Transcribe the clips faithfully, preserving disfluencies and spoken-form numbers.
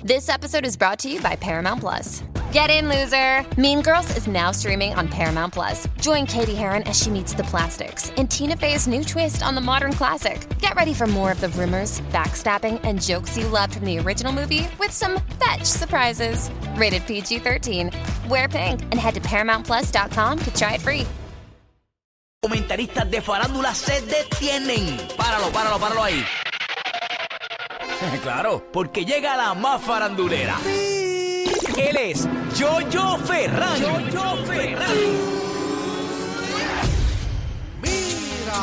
This episode is brought to you by Paramount Plus. Get in, loser! Mean Girls is now streaming on Paramount Plus. Join Katie Heron as she meets the plastics in Tina Fey's new twist on the modern classic. Get ready for more of the rumors, backstabbing, and jokes you loved from the original movie with some fetch surprises. Rated P G thirteen. Wear pink and head to paramount plus dot com to try it free. Comentaristas de farándula se detienen. Páralo, páralo, páralo ahí. Claro, porque llega la más farandulera. Sí. Él es Yoyo Ferran. Yoyo Ferran. Mira.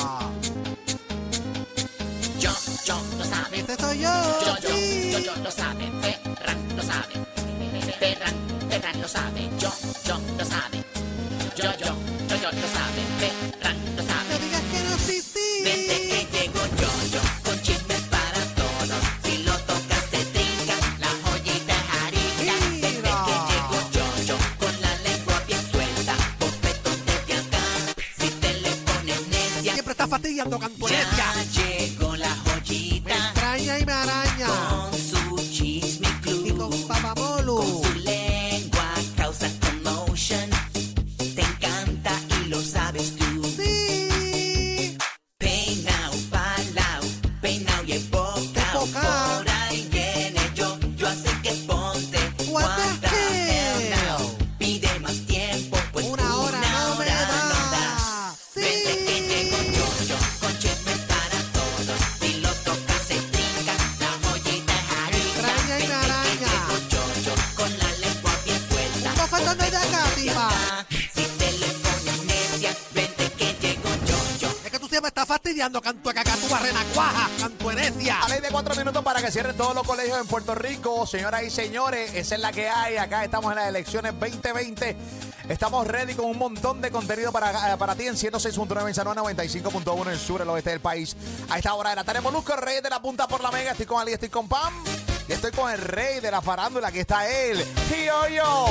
Yo, yo, lo sabe. Este soy yo. Yo, yo, sí. yo, yo, lo sabe. Ferran, lo sabe. Ferran, Ferran, lo sabe. Yo, yo, lo sabe. Yo, yo, yo, yo, lo sabe. Ferran, lo sabe. No digas que no, sí, sí. Vente que llego yo, yo, con chismes para todos. Si lo tocas te trinca, la joyita es harina. Vente que llego yo, yo, con la lengua bien suelta. Bofetón desde acá, si te le pones necia. Siempre estás fastidiando cantuenecia. Ya llegó la Me joyita extraña y me araña. con su chisme Y con club. papamolu. Con su lengua causa commotion. Te encanta y lo sabes tú. Sí. Peinao, palao, peinao y embocao. Embocao. Por ahí viene yo, yo así que ponte. What the hell? now? Pide más tiempo, pues Una hora no me da. no da. Sí. Vente que llego yo, yo, con chisme para todos. Si lo tocas se trinca, la joyita es harina. Extraña y me Vente que araña. llego yo, yo, con la lengua bien suelta. Un bofetón desde acá, tipa. Si te le pones necia, vente que llego yo, yo. Es que tú siempre estás fastidiando, cantuecacatúa, renacuaja, cantuenecia. A ley de cuatro minutos para que cierren todos los colegios en Puerto Rico. Señoras y señores, esa es la que hay. Acá estamos en las elecciones veinte veinte. Estamos ready con un montón de contenido para, para ti en ciento seis punto nueve en San Juan, noventa y cinco punto uno en el sur, el oeste del país. A esta hora de la tarde, Molusco, el rey de la punta por la mega. Estoy con Ali, estoy con Pam. Y estoy con el rey de la farándula. Aquí está él, Yoyo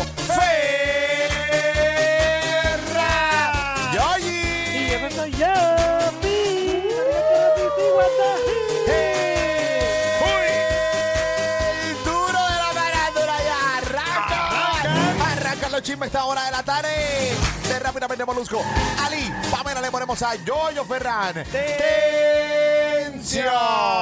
Ferran. Yoyi. Y yo no soy yo, mi. El duro de la farándula ya arranca. Arranca los chismes esta hora de la tarde. De rápidamente Molusco. Ali, Pamela, le ponemos a Yoyo Ferran. Tensión.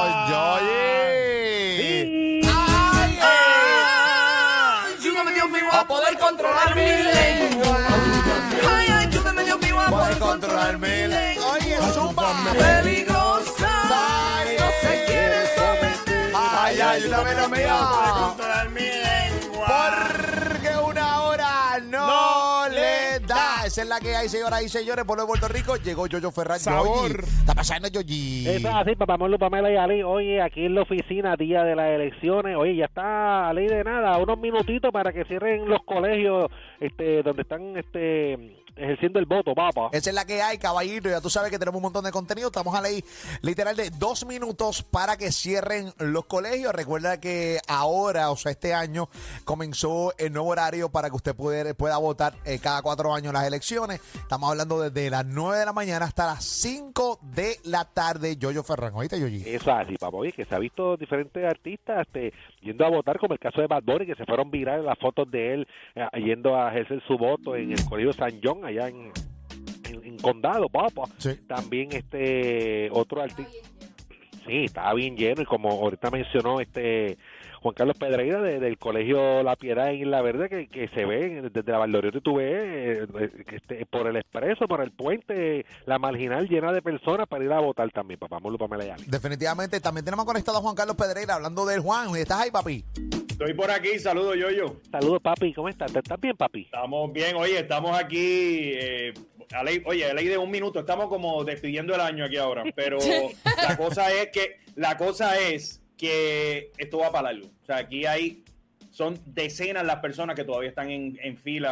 Yoyi. Ay, ay. Ayúdame, Dios mío, a poder controlar mi lengua. Ay, ayúdame, Dios mío, a Poder controlar mi lengua. Oye, zumba. Peligrosa, no se quiere someter. Ay, ayúdame, Dios mío. controlar mi lengua. Porque una hora no, le da. Esa es la que hay, señoras y señores. Pueblo de Puerto Rico. Llegó Yoyo Ferran. Sabor. Yoyi. Está pasando, Yoyi. Eso es así, papá Molo, Pamela y Ali. Oye, aquí en la oficina, día de las elecciones. Oye, ya está a ley de nada. Unos minutitos para que cierren los colegios este, donde están este, ejerciendo el voto, papá. Esa es la que hay, caballito. Ya tú sabes que tenemos un montón de contenido. Estamos a ley literal de dos minutos para que cierren los colegios. Recuerda que ahora, o sea, este año, comenzó el nuevo horario para que usted pueda, pueda votar eh, cada cuatro años las elecciones. Estamos hablando desde las nueve de la mañana hasta las cinco de la tarde. Yoyo Ferran, ¿oíste, Yoyi? Eso es así, papá. Oye, que se ha visto diferentes artistas este, yendo a votar, como el caso de Bad Bunny, que se fueron virales las fotos de él eh, yendo a ejercer su voto en el colegio San John, allá en, en, en Condado, papá. Sí. También este otro artista. Sí, estaba bien lleno y como ahorita mencionó este Juan Carlos Pedreira de, del colegio La Piedad en Isla Verde, que, que se ve desde la Valdoriotti, tú ves eh, que este, por el expreso, por el puente, la marginal llena de personas para ir a votar también, papá. Molo, Pamela y Ali. Definitivamente. También tenemos conectado a Juan Carlos Pedreira hablando del Juan. ¿Estás ahí, papi? Estoy por aquí, saludos Yoyo. Saludos, papi, ¿cómo estás? ¿Estás bien, papi? Estamos bien, oye, estamos aquí, eh, a ley, oye, a ley de un minuto, estamos como despidiendo el año aquí ahora, pero la cosa es que, la cosa es que esto va para largo. O sea, aquí hay, son decenas las personas que todavía están en, en fila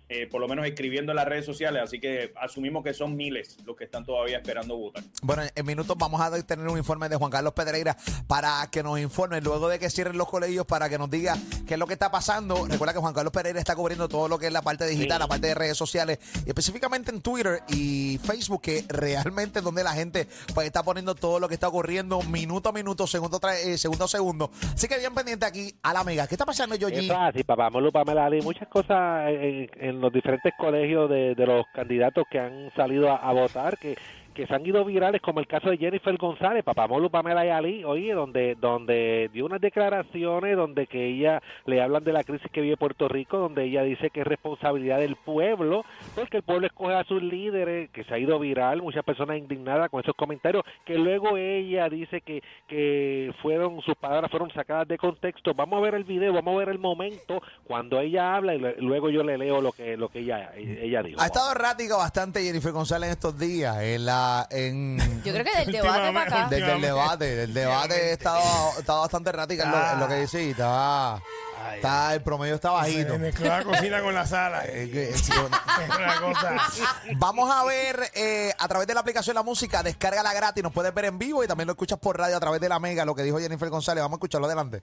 eh, por lo menos escribiendo en las redes sociales, así que asumimos que son miles los que están todavía esperando votar. Bueno, en minutos vamos a tener un informe de Juan Carlos Pedreira para que nos informe luego de que cierren los colegios, para que nos diga qué es lo que está pasando. Recuerda que Juan Carlos Pedreira está cubriendo todo lo que es la parte digital, sí, la parte de redes sociales, y específicamente en Twitter y Facebook, que realmente es donde la gente pues está poniendo todo lo que está ocurriendo minuto a minuto, segundo a eh, segundo a segundo. Así que bien pendiente aquí a la amiga. ¿Qué está pasando, Yoyi? Eso es así, papá Molu, Pamela Ali, muchas cosas en, en los diferentes colegios de, de los candidatos que han salido a, a votar, que que se han ido virales, como el caso de Jennifer González, Papá Molu, Pamela y Ali, oye, donde donde dio unas declaraciones donde que ella le hablan de la crisis que vive Puerto Rico, donde ella dice que es responsabilidad del pueblo, porque el pueblo escoge a sus líderes, que se ha ido viral, muchas personas indignadas con esos comentarios, que luego ella dice que, que fueron, sus palabras fueron sacadas de contexto. Vamos a ver el video, vamos a ver el momento cuando ella habla y le, luego yo le leo lo que lo que ella ella dijo. Ha estado errática bastante Jennifer González en estos días, en la En, yo creo que del debate para acá. Desde el debate, del debate estaba, estaba bastante errática en, lo, en lo que decía. Estaba, está, el promedio está bajito. Se mezcló la cocina con la sala. Es que, es una cosa. Vamos a ver eh, a través de la aplicación La Música, descárgala gratis, nos puedes ver en vivo y también lo escuchas por radio a través de la Mega, lo que dijo Jennifer González. Vamos a escucharlo, adelante.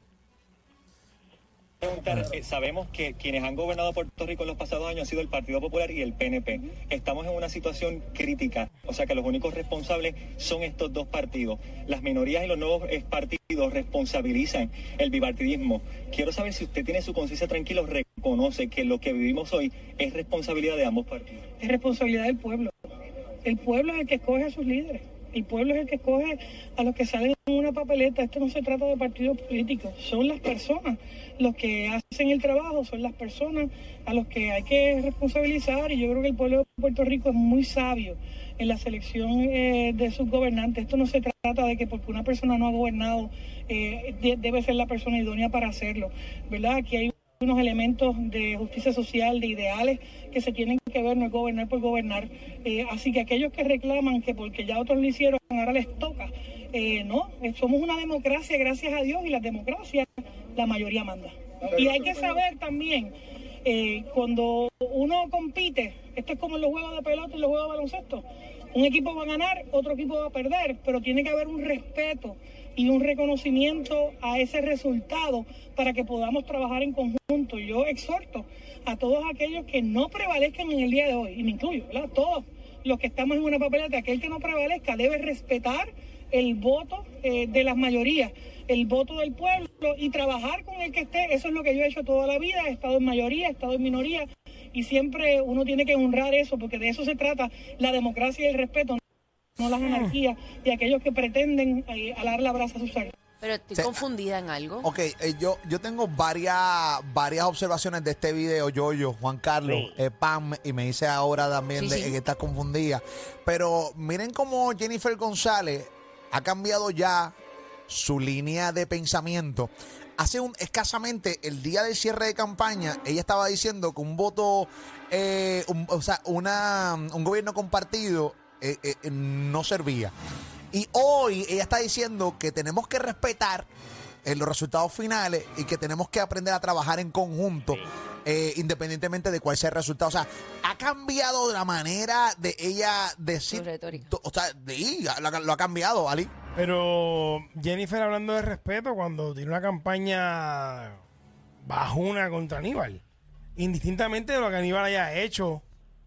Eh, sabemos que quienes han gobernado Puerto Rico en los pasados años han sido el Partido Popular y el P N P. Estamos en una situación crítica, o sea que los únicos responsables son estos dos partidos. Las minorías y los nuevos eh, partidos responsabilizan el bipartidismo. Quiero saber si usted tiene su conciencia tranquila, reconoce que lo que vivimos hoy es responsabilidad de ambos partidos. Es responsabilidad del pueblo. El pueblo es el que escoge a sus líderes. El pueblo es el que escoge a los que salen en una papeleta. Esto no se trata de partidos políticos, son las personas los que hacen el trabajo, son las personas a los que hay que responsabilizar, y yo creo que el pueblo de Puerto Rico es muy sabio en la selección eh, de sus gobernantes. Esto no se trata de que porque una persona no ha gobernado eh, de, debe ser la persona idónea para hacerlo, ¿verdad? Aquí hay unos elementos de justicia social, de ideales que se tienen que ver, no es gobernar por gobernar. Eh, así que aquellos que reclaman que porque ya otros lo hicieron, ahora les toca, eh, no, eh, somos una democracia, gracias a Dios, y la democracia, la mayoría manda. Y hay que saber también, eh, cuando uno compite, esto es como en los juegos de pelota y los juegos de baloncesto, un equipo va a ganar, otro equipo va a perder, pero tiene que haber un respeto y un reconocimiento a ese resultado para que podamos trabajar en conjunto. Yo exhorto a todos aquellos que no prevalezcan en el día de hoy, y me incluyo, ¿verdad? Todos los que estamos en una papeleta, aquel que no prevalezca debe respetar el voto eh, de las mayorías, el voto del pueblo, y trabajar con el que esté. Eso es lo que yo he hecho toda la vida, he estado en mayoría, he estado en minoría, y siempre uno tiene que honrar eso, porque de eso se trata la democracia y el respeto, no las anarquías y aquellos que pretenden eh, alar la brasa a sus armas. Pero estoy Sí. confundida en algo. Ok, eh, yo, yo tengo varias, varias observaciones de este video, Yoyo, Juan Carlos, Sí. eh, Pam, y me dice ahora también Sí, de, sí. que estás confundida. Pero miren cómo Jennifer González ha cambiado ya su línea de pensamiento. Hace un, escasamente el día del cierre de campaña, ella estaba diciendo que un voto, eh, un- o sea, una, un gobierno compartido eh, eh, no servía. Y hoy ella está diciendo que tenemos que respetar eh, los resultados finales y que tenemos que aprender a trabajar en conjunto, eh, independientemente de cuál sea el resultado. O sea, ha cambiado la manera de ella decir. Su retórica. O sea, sí, lo, ha- lo ha cambiado, Ali. Pero Jennifer, hablando de respeto, cuando tiene una campaña bajuna contra Aníbal, indistintamente de lo que Aníbal haya hecho,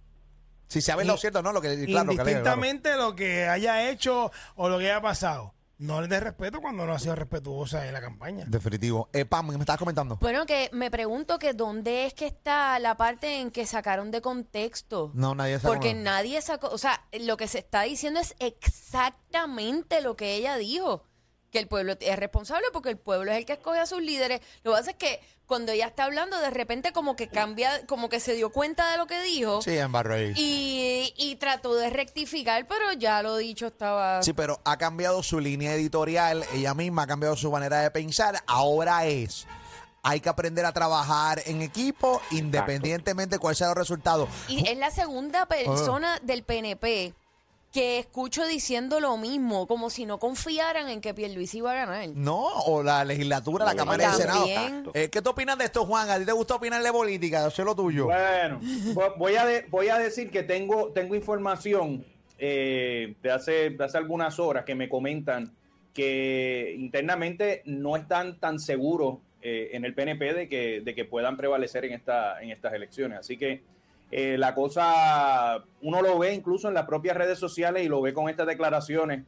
Si saben lo cierto, ¿no? Lo que, claro, lo que alega, claro. indistintamente lo que haya hecho o lo que haya pasado, no le dé respeto cuando no ha sido respetuosa en la campaña. Definitivo. Eh, Pam, ¿me estabas comentando? Bueno, que me pregunto que dónde es que está la parte en que sacaron de contexto. No, nadie sacó Porque nada. nadie sacó, o sea, lo que se está diciendo es exactamente lo que ella dijo, que el pueblo es responsable porque el pueblo es el que escoge a sus líderes. Lo que pasa es que cuando ella está hablando, de repente como que cambia, como que se dio cuenta de lo que dijo Sí, en barro ahí. y, y trató de rectificar, pero ya lo dicho estaba... Sí, pero ha cambiado su línea editorial, ella misma ha cambiado su manera de pensar. Ahora es, hay que aprender a trabajar en equipo, independientemente de cuál sea el resultado. Y es la segunda persona del P N P que escucho diciendo lo mismo, como si no confiaran en que Pierluisi iba a ganar. No, o la legislatura, la Cámara y el Senado. Eh, ¿Qué tú opinas de esto, Juan? ¿A ti te gusta opinar de política? Yo sé lo tuyo. Bueno, vo- voy a, de- voy a decir que tengo, tengo información eh, de, hace, de hace algunas horas que me comentan que internamente no están tan seguros eh, en el P N P de que, de que puedan prevalecer en, esta, en estas elecciones. Así que eh, la cosa, uno lo ve incluso en las propias redes sociales y lo ve con estas declaraciones.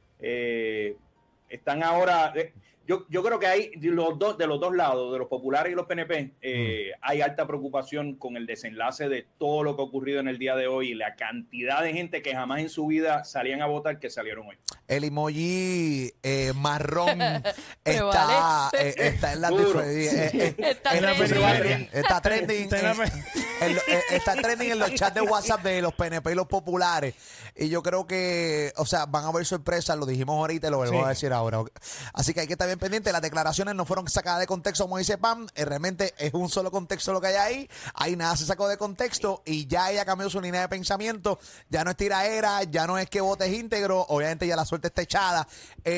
Eh, están ahora, eh, yo, yo creo que hay los dos, de los dos lados, de los populares y los P N P, eh, mm. hay alta preocupación con el desenlace de todo lo que ha ocurrido en el día de hoy y la cantidad de gente que jamás en su vida salían a votar que salieron hoy. El emoji eh, marrón Pero está, vale. eh, está en la Duro. eh, eh, Está en la trending. trending, está trending Está en la en- en lo- eh, está trending en los chats de WhatsApp de los P N P y los populares, y yo creo que, o sea, van a haber sorpresas, lo dijimos ahorita y lo volvemos Sí. a decir ahora, así que hay que estar bien pendiente. Las declaraciones no fueron sacadas de contexto, como dice Pam, eh, realmente es un solo contexto lo que hay ahí, ahí nada se sacó de contexto y ya ella cambió su línea de pensamiento, ya no es tiraera, ya no es que votes íntegro, obviamente ya la suerte está echada,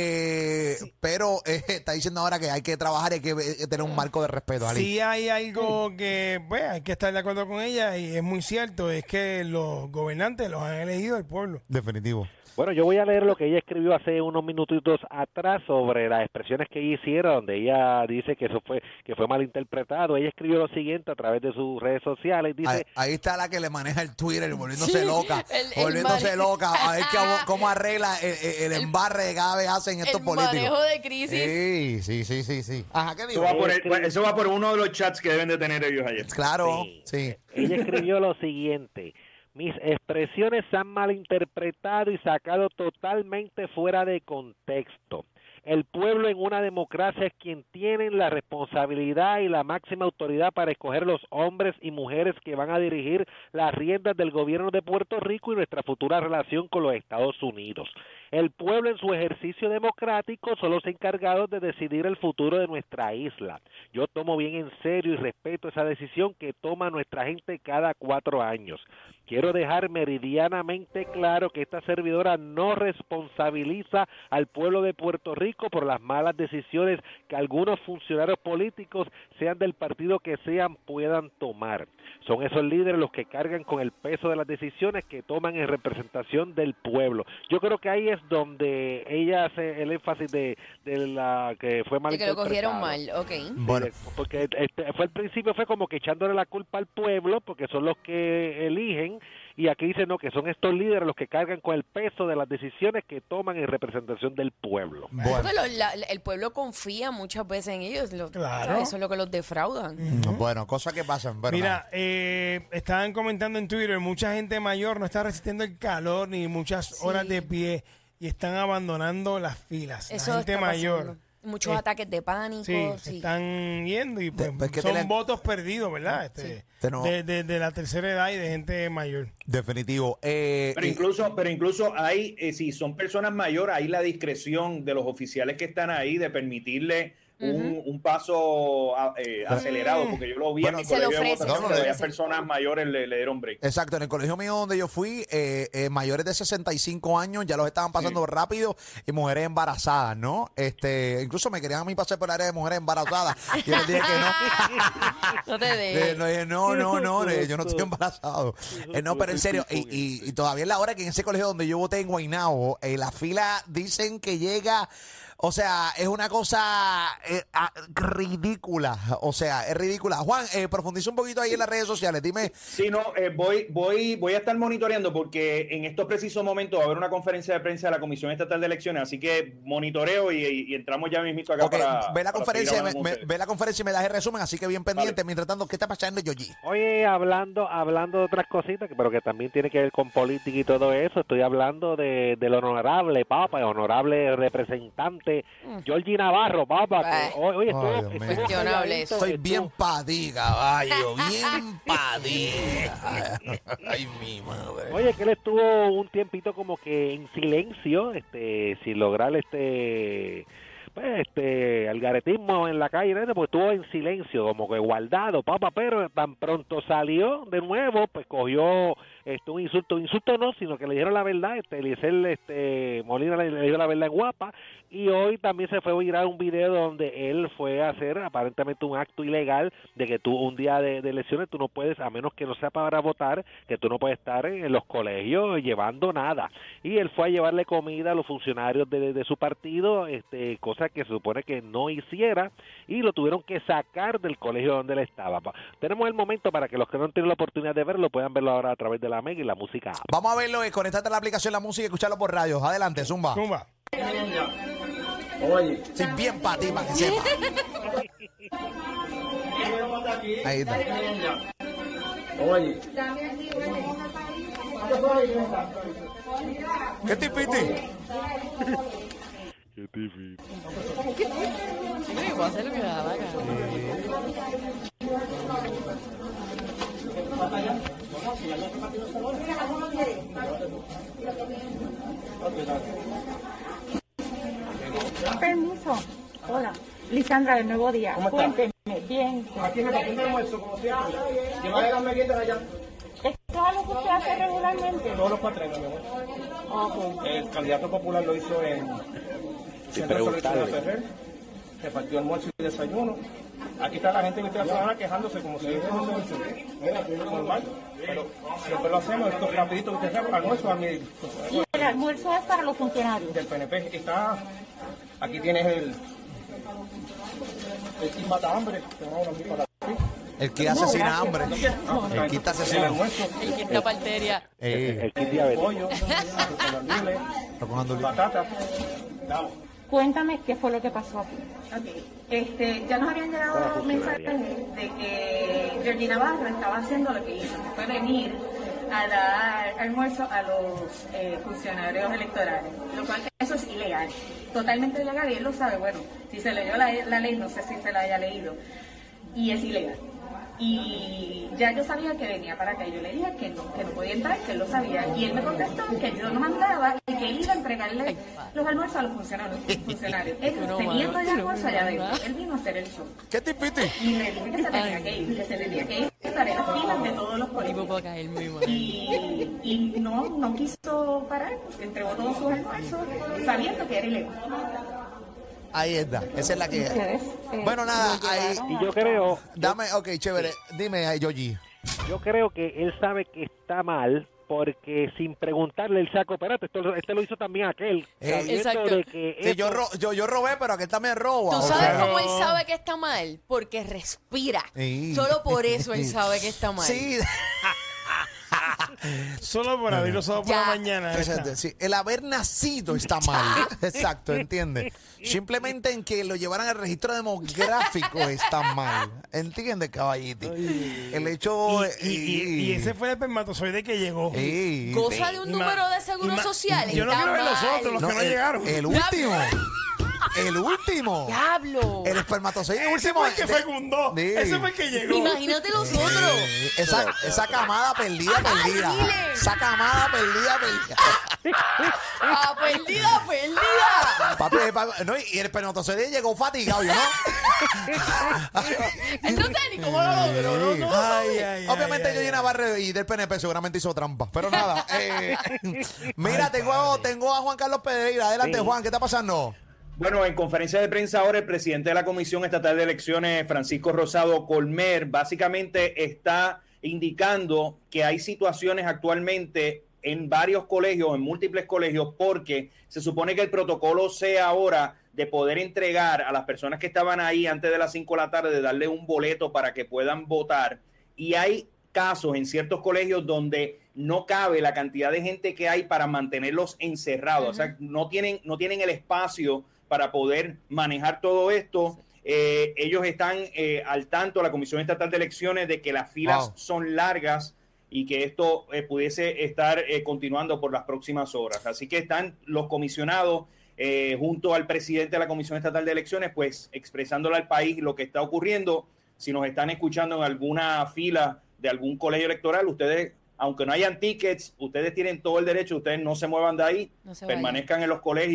eh, pero eh, está diciendo ahora que hay que trabajar y hay que eh, tener un marco de respeto. Ali. Sí hay algo que, pues, hay que estar de acuerdo con ella y es muy cierto, es que los gobernantes los han elegido el pueblo. Definitivo. Bueno, yo voy a leer lo que ella escribió hace unos minutitos atrás sobre las expresiones que ella hiciera, donde ella dice que eso fue que fue malinterpretado. Ella escribió lo siguiente a través de sus redes sociales. Dice, Ahí, ahí está la que le maneja el Twitter, volviéndose Sí, loca, el- el volviéndose mane- loca, a ver cómo, cómo arregla el, el- el embarre de cada vez hacen estos El políticos. manejo de crisis. Sí, sí, sí, sí, sí. Ajá, ¿qué Eso digo? va, por el- eso va por uno de los chats que deben de tener ellos ayer. Claro, Sí. sí. ella escribió lo siguiente: mis expresiones se han malinterpretado y sacado totalmente fuera de contexto. El pueblo en una democracia es quien tiene la responsabilidad y la máxima autoridad para escoger los hombres y mujeres que van a dirigir las riendas del gobierno de Puerto Rico y nuestra futura relación con los Estados Unidos. El pueblo en su ejercicio democrático son los encargados de decidir el futuro de nuestra isla. Yo tomo bien en serio y respeto esa decisión que toma nuestra gente cada cuatro años. Quiero dejar meridianamente claro que esta servidora no responsabiliza al pueblo de Puerto Rico por las malas decisiones que algunos funcionarios políticos, sean del partido que sean, puedan tomar. Son esos líderes los que cargan con el peso de las decisiones que toman en representación del pueblo. Yo creo que ahí es donde ella hace el énfasis de, de la que fue mal De que lo interpretado. cogieron mal, ok. Bueno. Sí, porque este, fue al principio fue como que echándole la culpa al pueblo porque son los que eligen, y aquí dice no, que son estos líderes los que cargan con el peso de las decisiones que toman en representación del pueblo. Bueno. Porque lo- la- el pueblo confía muchas veces en ellos. lo- Claro. ¿sabes? Eso es lo que los defraudan. Bueno, cosas que pasan. Pero nada. Mira, eh, estaban comentando en Twitter, mucha gente mayor no está resistiendo el calor ni muchas Sí. horas de pie y están abandonando las filas. Eso la gente está mayor. pasando. Muchos Eh, ataques de pánico. Sí, se sí. están yendo y pues, pues que son te le- votos perdidos, ¿verdad? Este, Sí. Te no- de, de- de la tercera edad y de gente mayor. Definitivo. Eh, Pero y- incluso, pero incluso hay, eh, si son personas mayores, hay la discreción de los oficiales que están ahí de permitirle un, un paso a- eh, acelerado, porque yo lo vi Bueno, en mi se lo colegio de ofrecen, votación, se lo que varias ofrecen. personas mayores le, le dieron break. Exacto, en el colegio mío donde yo fui, eh, eh, mayores de sesenta y cinco años ya los estaban pasando rápido, y mujeres embarazadas, ¿no? Este, incluso me querían a mí pasar por el área de mujeres embarazadas. Y yo les dije que no. No te Eh, dejes. no, dije, no, no, no, eh, yo no estoy embarazado. Eh, no, pero en serio, y, y- y todavía es la hora que en ese colegio donde yo voté en Guaynabo, eh, la fila dicen que llega, o sea, es una cosa eh, ah, ridícula, o sea, es ridícula. Juan, eh, profundiza un poquito ahí en las redes sociales, dime. Sí, no, eh, voy, voy, voy a estar monitoreando porque en estos precisos momentos va a haber una conferencia de prensa de la Comisión Estatal de Elecciones, así que monitoreo y, y- y entramos ya mismito acá Ok, para... ve la para conferencia, seguir me, hablando con me- ustedes. ve la conferencia y me das el resumen, así que bien pendiente. Vale. Mientras tanto, ¿qué está pasando, Yoyi? Oye, hablando hablando de otras cositas, que- pero que también tiene que ver con política y todo eso, estoy hablando de, del honorable papa, el honorable representante Georgie Navarro, papa, que Ay. hoy, hoy estuvo, Ay, Dios mío. estuvo Cuestionable calladito, eso. Estoy estuvo- bien padí, caballo, bien padí. Ay, mi madre. Oye, que él estuvo un tiempito como que en silencio, este, sin lograr este, pues, este, algaretismo en la calle, ¿no? Porque estuvo en silencio, como que guardado, papá, pero tan pronto salió de nuevo, pues cogió este, un insulto, insulto no, sino que le dijeron la verdad, este, Eliezer este, Molina le, le dio la verdad en Guapa, y hoy también se fue a virar un video donde él fue a hacer aparentemente un acto ilegal de que tú un día de, de elecciones tú no puedes, a menos que no sea para votar, que tú no puedes estar en, en los colegios llevando nada, y él fue a llevarle comida a los funcionarios de, de, de su partido, este, cosa que se supone que no hiciera, y lo tuvieron que sacar del colegio donde él estaba. Tenemos el momento para que los que no han tenido la oportunidad de verlo puedan verlo ahora a través de la Mega y la música. Vamos a verlo, eh, conectate a la aplicación La Música y escucharlo por radio. Adelante, Zumba. Zumba. Oye, Sí, bien para ti, para que sepa. Ahí está. oye. ¿Qué tipiti? Qué difícil. Sí, voy a hacer lo que me da la gana. Permiso. Hola. Lisandra del Nuevo Día. ¿Cómo está? Cuénteme. Bien. Aquí repartiendo almuerzo, como siempre. Llevarle las meriendas allá. ¿Esto es algo que usted hace regularmente? Todos los cuatrenos, mi amor. Ok. El candidato popular lo hizo en Centro preguntarle. Seleccionado Ferrer. Repartió almuerzo y desayuno. Aquí está la gente que está semana quejándose como si esto no se normal. Pero siempre lo hacemos, esto es rapidito que usted sabe, almuerzo a mi Y el almuerzo es para los funcionarios. del P N P. Está, aquí tienes el el kit mata hambre, tenemos unos mil para ti. El que asesina hambre. El que está El asesinando. almuerzo, El que está parteria. Eh, El kit diabético. pollo, libre, Tocando el- batata. Vamos. Cuéntame qué fue lo que pasó aquí. Ok, este, ya nos habían llegado mensajes de que Georgina Navarro estaba haciendo lo que hizo, que fue venir a dar almuerzo a los eh, funcionarios electorales, lo cual eso es ilegal, totalmente ilegal, y él lo sabe. Bueno, si se leyó la, la ley, no sé si se la haya leído, y es ilegal. Y ya yo sabía que venía para acá, y yo le dije que no, que no podía entrar, que él lo sabía, y él me contestó que yo no mandaba y que él iba a entregarle los almuerzos a los funcionarios. funcionarios. Él No, teniendo mano, ya no, almuerzo allá no, adentro, no. él vino a hacer el show. ¿Qué tipiti? Y le dije que se tenía que ir, que se tenía que ir, estar en las filas de todos los Y me colegios. puedo caer muy mal. Y, y no, no quiso parar, entregó todos sus almuerzos, sabiendo que era ilegal. Ahí está. Esa es la que. Ustedes, eh, Bueno, nada, lo ahí. llevaron Y a- yo creo, Dame, ok, chévere. Dime, ahí, Yogi. yo creo que él sabe que está mal porque sin preguntarle el saco, espérate, esto, este lo hizo también aquel, Eh, sabiendo Exacto. de que Sí, yo, esto- ro- yo, yo robé, pero aquel también roba. ¿Tú o sabes sea, cómo él sabe que está mal? Porque respira. Sí. Solo por eso él sabe que está mal. Sí. Solo por abrir los ojos por Ya. la mañana. Presente, sí. El haber nacido está mal. Exacto, entiende. Simplemente en que lo llevaran al registro demográfico está mal. ¿Entiende, caballito? El hecho. Y, y- y- y ese fue el espermatozoide que llegó. Sí. Goza de un Y ma- número de seguro y ma- social. Yo no está quiero ver los mal. otros, los No, que no el, llegaron. el último. El último. Diablo. El espermatozoide Ese último. fue el que de- fecundó. Sí. Ese fue el que llegó. Imagínate los otros. Eh, Esa, esa camada perdida, perdida. dile. Esa camada perdida, perdida. Ah, perdida, perdida. Papi, papi, no, y el espermatozoide llegó fatigado, ¿yo no? Él no sabe ni cómo lo logró. No, no. Ay, ay, Obviamente ay, yo ay, llena Barre y del P N P seguramente hizo trampa. Pero nada. eh, mira, tengo, tengo a Juan Carlos Pereira. Adelante, Sí. Juan, ¿qué está pasando? Bueno, en conferencia de prensa ahora el presidente de la Comisión Estatal de Elecciones, Francisco Rosado Colmer, básicamente está indicando que hay situaciones actualmente en varios colegios, en múltiples colegios, porque se supone que el protocolo sea ahora de poder entregar a las personas que estaban ahí antes de las cinco de la tarde, de darle un boleto para que puedan votar. Y hay casos en ciertos colegios donde no cabe la cantidad de gente que hay para mantenerlos encerrados. Uh-huh. O sea, no tienen, no tienen el espacio para poder manejar todo esto. Eh, ellos están eh, al tanto, la Comisión Estatal de Elecciones, de que las filas wow. son largas y que esto eh, pudiese estar eh, continuando por las próximas horas. Así que están los comisionados eh, junto al presidente de la Comisión Estatal de Elecciones, pues expresándole al país lo que está ocurriendo. Si nos están escuchando en alguna fila de algún colegio electoral, ustedes, aunque no hayan tickets, ustedes tienen todo el derecho, ustedes no se muevan de ahí, no permanezcan vayan en los colegios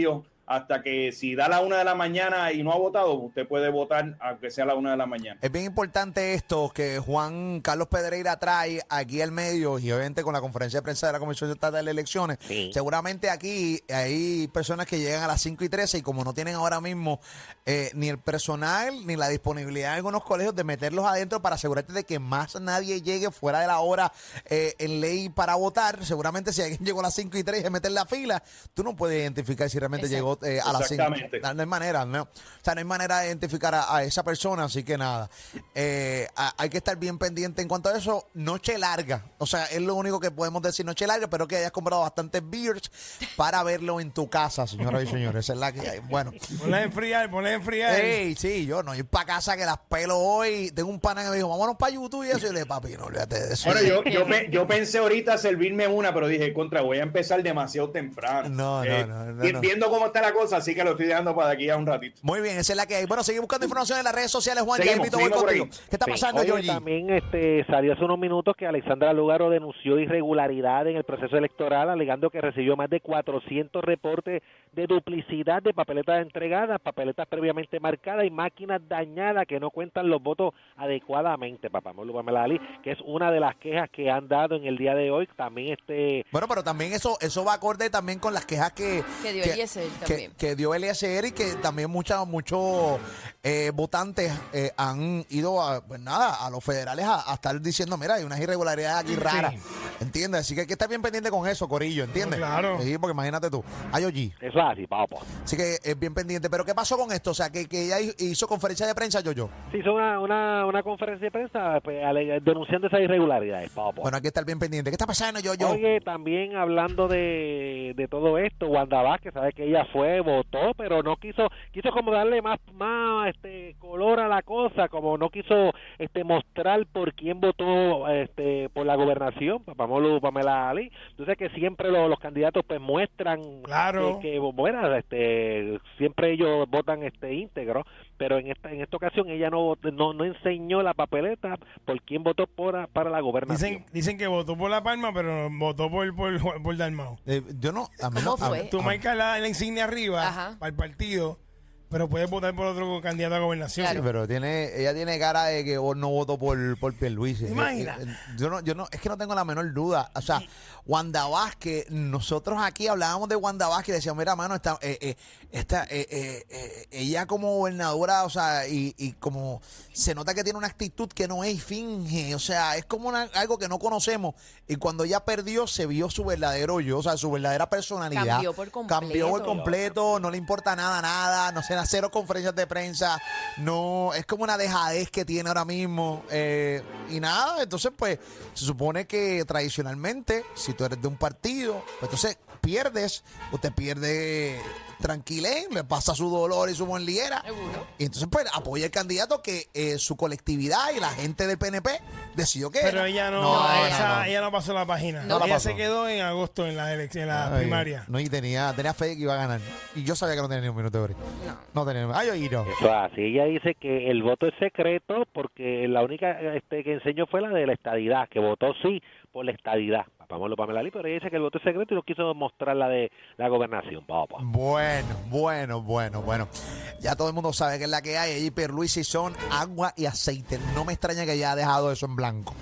hasta que si da la una de la mañana y no ha votado, usted puede votar aunque sea a la una de la mañana. Es bien importante esto que Juan Carlos Pedreira trae aquí al medio y obviamente con la conferencia de prensa de la Comisión Estatal de Elecciones. Sí. Seguramente aquí hay personas que llegan a las cinco y trece y como no tienen ahora mismo eh, ni el personal ni la disponibilidad en algunos colegios de meterlos adentro para asegurarte de que más nadie llegue fuera de la hora eh, en ley para votar, seguramente si alguien llegó a las cinco y tres y se mete en la fila, tú no puedes identificar si realmente Exacto. llegó eh, a las cinco. Exactamente. No, no hay manera, ¿no? O sea, no hay manera de identificar a, a esa persona, así que nada. Eh, a- hay que estar bien pendiente en cuanto a eso. Noche larga. O sea, es lo único que podemos decir, noche larga, pero que hayas comprado bastantes beers para verlo en tu casa, señoras y señores. Esa es la que hay. Bueno. Ponle a enfriar, ponle a enfriar. Ey, sí, yo no ir para casa que las pelo hoy. Tengo un pana que me dijo, vámonos para YouTube y eso. Y yo le dije, papi, no olvídate de eso. Bueno, yo, yo, pe- yo pensé ahorita servirme una, pero dije, contra, voy a empezar demasiado temprano. No, no, Eh, no, no, vi- no. Viendo cómo está la cosa, así que lo estoy dejando para de aquí a un ratito. Muy bien, esa es la que hay. Bueno, sigue buscando información en las redes sociales, Juan. Ya Seguimos, invito, voy seguimos por contigo. ahí. ¿Qué está Sí. pasando, Oye, Georgie? también este, salió hace unos minutos que Alexandra Lúgaro denunció irregularidad en el proceso electoral, alegando que recibió más de cuatrocientos reportes de duplicidad de papeletas entregadas, papeletas previamente marcadas y máquinas dañadas que no cuentan los votos adecuadamente, papá Molu Pamela Ali, que es una de las quejas que han dado en el día de hoy. También este Bueno, pero también eso eso va acorde también con las quejas que, Que dio Eliezer que, también. que dio Eliezer y que también muchos muchos eh, votantes eh, han ido a, pues nada, a los federales a, a estar diciendo, mira, hay unas irregularidades aquí raras, ¿entiendes? Así que hay que estar bien pendiente con eso, Corillo, ¿entiendes? No, claro. Sí, porque imagínate tú, ay, oye, eso es así, papá. así que es bien pendiente. Pero ¿qué pasó con esto? O sea, que, que ella hizo conferencia de prensa, yo, yo. Se hizo una, una, una conferencia de prensa pues, ale- denunciando esas irregularidades, papá. Bueno, hay que estar bien pendiente. ¿Qué está pasando, yo, yo? Oye, también hablando de, de todo esto, Wanda Vázquez, sabe que ella fue, votó, pero no quiso, quiso como darle más, más este color a la cosa, como no quiso este mostrar por quién votó este por la gobernación, Papamolu Pamela Ali. Entonces que siempre lo- los candidatos pues muestran Claro. que, que bueno, este siempre ellos votan este íntegro, pero en esta en esta ocasión ella no vot- no, no enseñó la papeleta por quién votó por, para la gobernación. Dicen, dicen que votó por La Palma, pero votó por, por, por Dalmau. Eh, yo no, a mí no. ¿Cómo a- fue? Tú a- marcas la, la insignia arriba Ajá. para el partido, pero puedes votar por otro candidato a gobernación. Sí, pero tiene, ella tiene cara de que vos no votó por, por Pierluisi. Imagina. Eh, eh, Yo no, yo no, es que no tengo la menor duda. O sea, Wanda Vázquez, nosotros aquí hablábamos de Wanda Vázquez y decíamos, mira, mano, esta, eh, eh, esta, eh, eh, eh, ella como gobernadora, o sea, y, y como se nota que tiene una actitud que no es y finge, o sea, es como una- algo que no conocemos. Y cuando ella perdió, se vio su verdadero yo, o sea, su verdadera personalidad. Cambió por completo. Cambió por completo, no le importa nada, nada, no sé, cero conferencias de prensa, no, es como una dejadez que tiene ahora mismo. eh, y nada, entonces pues se supone que tradicionalmente, si tú eres de un partido, pues entonces pierdes, usted pierde tranquilén, le pasa su dolor y su monliera. Seguro. Y entonces pues apoya el candidato que eh, su colectividad y la gente del P N P decidió que Pero era. ella no, No, esa- no, no. ella no pasó la página. No la ella pasó. se quedó en agosto en la elección, en la Ay, primaria. No, y tenía, tenía fe de que iba a ganar. Y yo sabía que no tenía ni un minuto de break. No tenía. Ay, oí, no. Eso es así. Ella dice que el voto es secreto porque la única este, que enseñó fue la de la estadidad, que votó sí por la estadidad. Papamolo Pamela Ali, pero ella dice que el voto es secreto y no quiso mostrar la de la gobernación, papá. Bueno, bueno, bueno, bueno. Ya todo el mundo sabe que es la que hay. Allí Pierluisi son agua y aceite. No me extraña que haya dejado eso en blanco.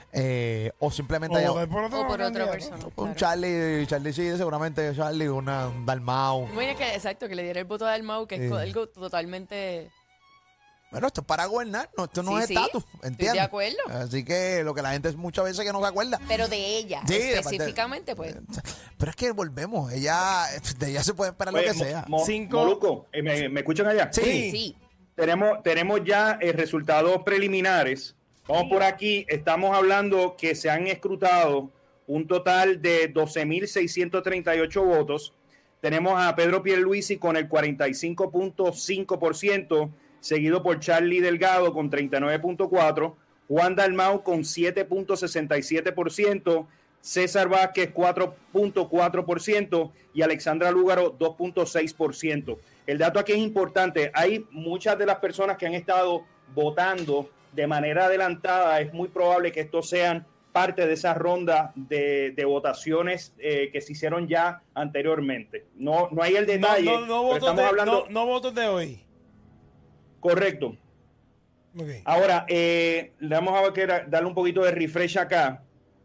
Eh, o simplemente O haya- votar por otro O por otra candidato. persona. un claro. Charlie, Charlie sí, seguramente Charlie, una, un Dalmau. Mira que exacto, que le diera el voto a Dalmau, que es Sí. co- algo totalmente. Bueno, esto es para gobernar, no, esto no Sí, es sí, estatus, estoy ¿entiendes? de acuerdo. Así que lo que la gente es muchas veces que no se acuerda. Pero de ella, Sí, de parte- específicamente, pues. Pero es que volvemos, ella, de ella se puede esperar Oye, lo que Mo- sea. Mo- Cinco. Moluco, eh, ¿me, me escuchan allá? Sí. Sí. Tenemos, tenemos ya eh, resultados preliminares. Vamos por aquí. Estamos hablando que se han escrutado un total de doce mil seiscientos treinta y ocho votos. Tenemos a Pedro Pierluisi con el cuarenta y cinco punto cinco por ciento, seguido por Charlie Delgado con treinta y nueve punto cuatro por ciento, Juan Dalmau con siete punto sesenta y siete por ciento, César Vázquez cuatro punto cuatro por ciento y Alexandra Lúgaro dos punto seis por ciento. El dato aquí es importante. Hay muchas de las personas que han estado votando de manera adelantada. Es muy probable que estos sean parte de esa ronda de, de votaciones eh, que se hicieron ya anteriormente. No, no hay el detalle, No, no, no, pero votos, estamos de, hablando... no, no votos de hoy. Correcto. Okay. Ahora, eh, le vamos a ver, darle un poquito de refresh acá.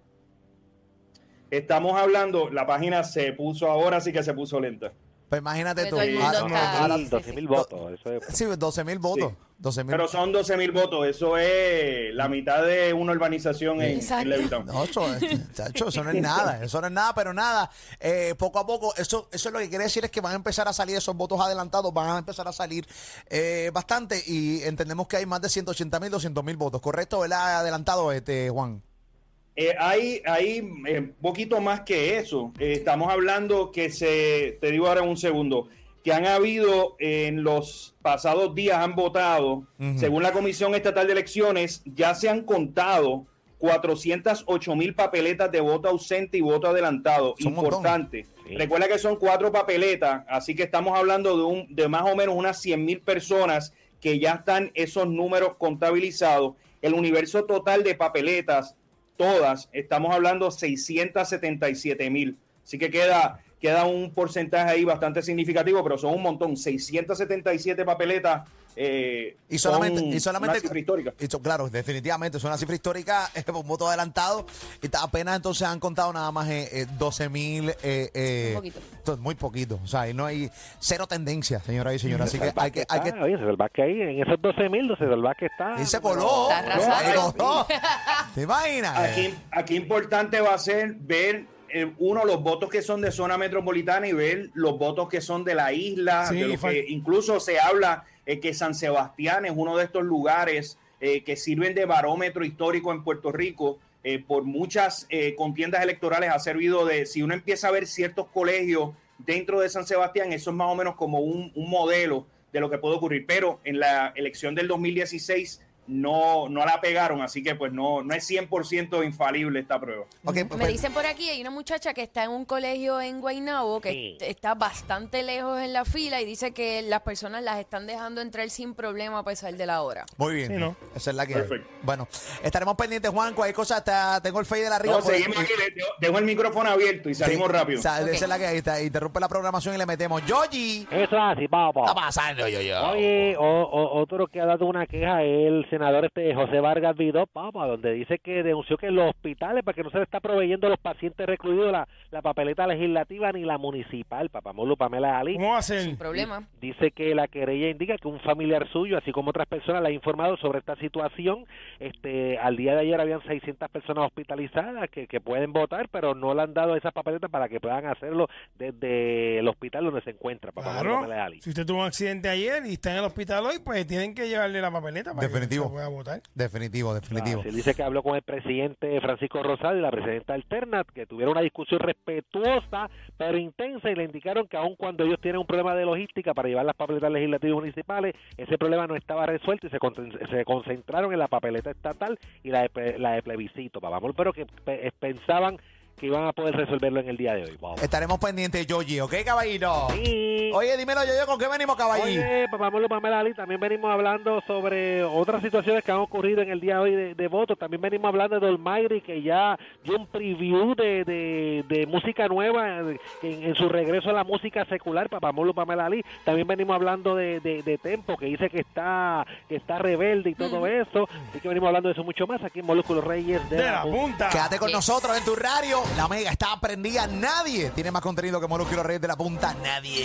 Estamos hablando, la página se puso ahora, sí que se puso lenta. Pues imagínate tú. Todo el mundo Ah, está- ahora- doce mil votos. Eso es. Sí, doce mil votos. Sí. doce mil. Pero son doce mil votos, eso es la mitad de una urbanización en, Exacto. en Levittown. No, eso, chacho, eso no es nada, eso no es nada, pero nada, eh, poco a poco, eso, eso es lo que quiere decir es que van a empezar a salir esos votos adelantados, van a empezar a salir eh, bastante y entendemos que hay más de ciento ochenta mil, doscientos mil votos, ¿correcto? ¿Verdad? Adelantado, este Juan. Eh, hay hay eh, poquito más que eso. Eh, estamos hablando que se, te digo ahora en un segundo, que han habido eh, en los pasados días, han votado, Ujú. según la Comisión Estatal de Elecciones, ya se han contado cuatrocientas ocho mil papeletas de voto ausente y voto adelantado. Son un montón. Importante. Sí. Recuerda que son cuatro papeletas, así que estamos hablando de, un, de más o menos unas cien mil personas que ya están esos números contabilizados. El universo total de papeletas, todas, estamos hablando seiscientas setenta y siete mil. Así que queda, queda un porcentaje ahí bastante significatico, pero son un montón. seiscientas setenta y siete papeletas. Eh, Y solamente, son y solamente una cifra histórica. y so- claro, definitivamente es una cifra histórica, eh, un voto adelantado. Y ta- apenas entonces han contado nada más eh, eh, doce mil. Eh, eh, Un poquito. to- muy poquito. O sea, y no hay cero tendencia, señora y señora. Así que César hay que. Hay que Vázquez está, oye, César Vázquez ahí, en esos doce mil, César Vázquez está. y se coló. Está No, arrasando. se coló. ¿Te imaginas? Aquí, aquí importante va a ser ver, eh, uno, los votos que son de zona metropolitana y ver los votos que son de la isla. Sí, de lo fal- que incluso se habla eh, que San Sebastián es uno de estos lugares eh, que sirven de barómetro histórico en Puerto Rico. Eh, por muchas eh, contiendas electorales ha servido de, si uno empieza a ver ciertos colegios dentro de San Sebastián, eso es más o menos como un, un modelo de lo que puede ocurrir. Pero en la elección del dos mil dieciséis no, no la pegaron, así que pues no, no es cien por ciento infalible esta prueba. Ok, pues, Me dicen por aquí, hay una muchacha que está en un colegio en Guaynabo que Sí. está bastante lejos en la fila y dice que las personas las están dejando entrar sin problema a pesar de la hora. muy bien. Sí, ¿no? Esa es la que hay. Perfecto. Bueno, estaremos pendientes, Juan. Cualquier cosa, está, tengo el fade de la arriba. No, por- seguimos aquí, le- dejo- dejo el micrófono abierto y salimos Sí, rápido. o sea, Ok. esa es la que hay. Está, interrumpe la programación y le metemos. Yogi. Eso es así, papá. ¿Qué está pasando, yo, yo? Oye, o, o- otro que ha dado una queja es el senador este José Vargas Vidó, papá, donde dice que denunció que en los hospitales, para que no se le está proveyendo a los pacientes recluidos la, la papeleta legislativa ni la municipal, papá Molo Pamela Ali. ¿Cómo va a ser? Sin problema. Dice que la querella indica que un familiar suyo, así como otras personas, le ha informado sobre esta situación. Este, al día de ayer habían seiscientas personas hospitalizadas que, que pueden votar, pero no le han dado esas papeletas para que puedan hacerlo desde el hospital donde se encuentra, papá Molo Claro. Pamela Ali. Si usted tuvo un accidente ayer y está en el hospital hoy, pues tienen que llevarle la papeleta para Definitivo. que se pueda votar. Definitivo, definitivo. Ah, sí, dice que habló con el presidente Francisco Rosado y la presidenta alterna, que tuvieron una discusión respetuosa pero intensa y le indicaron que aun cuando ellos tienen un problema de logística para llevar las papeletas legislativas municipales, ese problema no estaba resuelto y se, con- se concentraron en la papeleta estatal y la de, ple- la de plebiscito, papá, pero que pe- pensaban que iban a poder resolverlo en el día de hoy. Wow. Estaremos pendientes, Yogi, ¿ok, caballito? Sí. Oye, dímelo, yo, yo, ¿con qué venimos, caballito? Oye, papá Molo Pamela Ali, también venimos hablando sobre otras situaciones que han ocurrido en el día de hoy de, de voto. También venimos hablando de Olmairi, que ya dio un preview de, de, de música nueva en, en su regreso a la música secular, papá Molo Pamela Ali. También venimos hablando de, de, de Tempo, que dice que está que está rebelde y todo eso. Así que venimos hablando de eso mucho más aquí en Molúsculos Reyes de, De la punta. Quédate con Yes. nosotros en tu radio. La Mega está prendida. Nadie tiene más contenido que Molusco Reyes de la Punta. Nadie.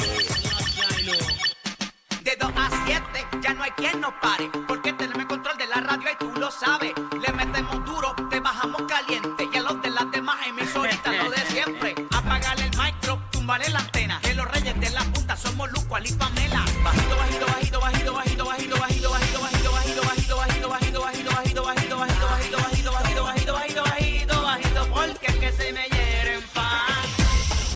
De dos a siete ya no hay quien nos pare, porque tenemos el control de la radio y tú lo sabes. Le metemos duro